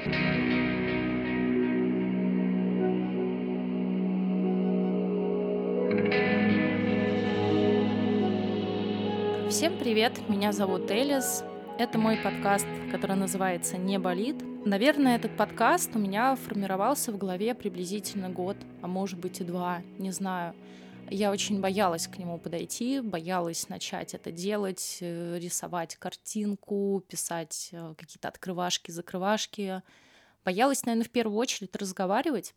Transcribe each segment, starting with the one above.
Всем привет, меня зовут Элис. Это мой подкаст, который называется «Не болит». Наверное, этот подкаст у меня формировался в голове приблизительно год, а может быть и два, не знаю. Я очень боялась к нему подойти, боялась начать это делать, рисовать картинку, писать какие-то открывашки-закрывашки. Боялась, наверное, в первую очередь разговаривать.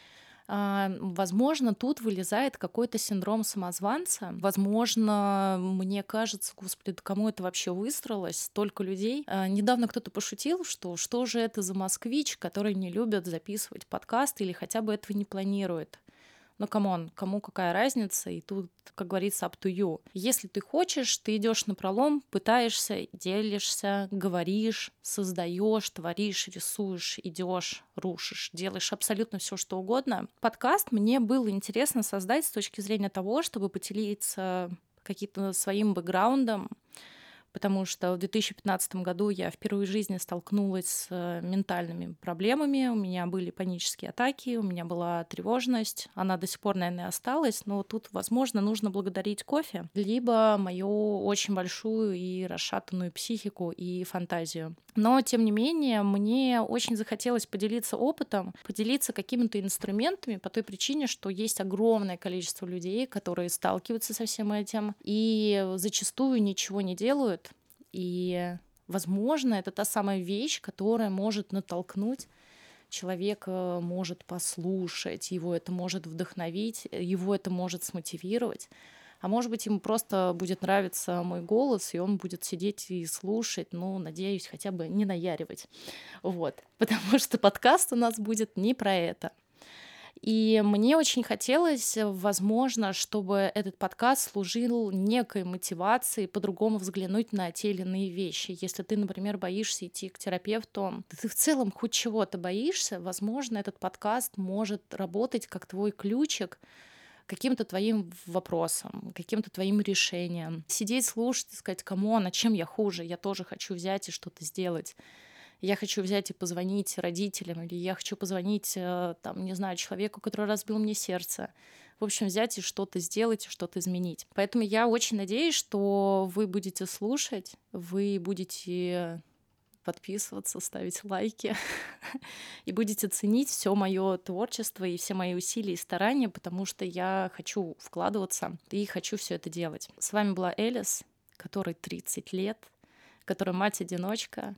Возможно, тут вылезает какой-то синдром самозванца. Возможно, мне кажется, господи, да кому это вообще выстроилось? Столько людей. Недавно кто-то пошутил, что же это за москвич, который не любит записывать подкасты или хотя бы этого не планирует. Ну, камон, кому какая разница? И тут, как говорится, up to you. Если ты хочешь, ты идешь напролом, пытаешься, делишься, говоришь, создаешь, творишь, рисуешь, идешь, рушишь, делаешь абсолютно все, что угодно. Подкаст мне было интересно создать с точки зрения того, чтобы поделиться каким-то своим бэкграундом, потому что в 2015 году я впервые в жизни столкнулась с ментальными проблемами. У меня были панические атаки, у меня была тревожность. Она до сих пор, наверное, осталась, но тут, возможно, нужно благодарить кофе, либо мою очень большую и расшатанную психику и фантазию. Но, тем не менее, мне очень захотелось поделиться опытом, поделиться какими-то инструментами по той причине, что есть огромное количество людей, которые сталкиваются со всем этим и зачастую ничего не делают. И, возможно, это та самая вещь, которая может натолкнуть человека, может послушать, его это может вдохновить, его это может смотивировать. А может быть, ему просто будет нравиться мой голос, и он будет сидеть и слушать, ну, надеюсь, хотя бы не наяривать. Вот. Потому что подкаст у нас будет не про это. И мне очень хотелось, возможно, чтобы этот подкаст служил некой мотивацией по-другому взглянуть на те или иные вещи. Если ты, например, боишься идти к терапевту, ты в целом хоть чего-то боишься, возможно, этот подкаст может работать как твой ключик к каким-то твоим вопросам, каким-то твоим решениям. Сидеть, слушать и сказать: камон, а чем я хуже? Я тоже хочу взять и что-то сделать. Я хочу взять и позвонить родителям, или я хочу позвонить, там, не знаю, человеку, который разбил мне сердце. В общем, взять и что-то сделать, и что-то изменить. Поэтому я очень надеюсь, что вы будете слушать, вы будете подписываться, ставить лайки и будете ценить все мое творчество и все мои усилия и старания, потому что я хочу вкладываться и хочу все это делать. С вами была Элис, которой 30 лет, которая мать-одиночка,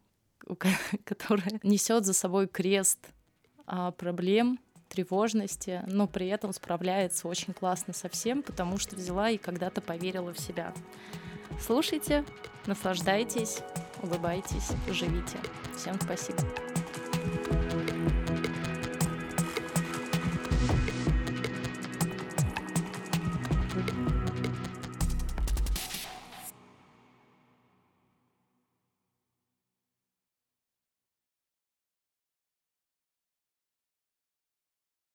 которая несет за собой крест проблем, тревожности, но при этом справляется очень классно со всем, потому что взяла и когда-то поверила в себя. Слушайте, наслаждайтесь, улыбайтесь, живите. Всем спасибо.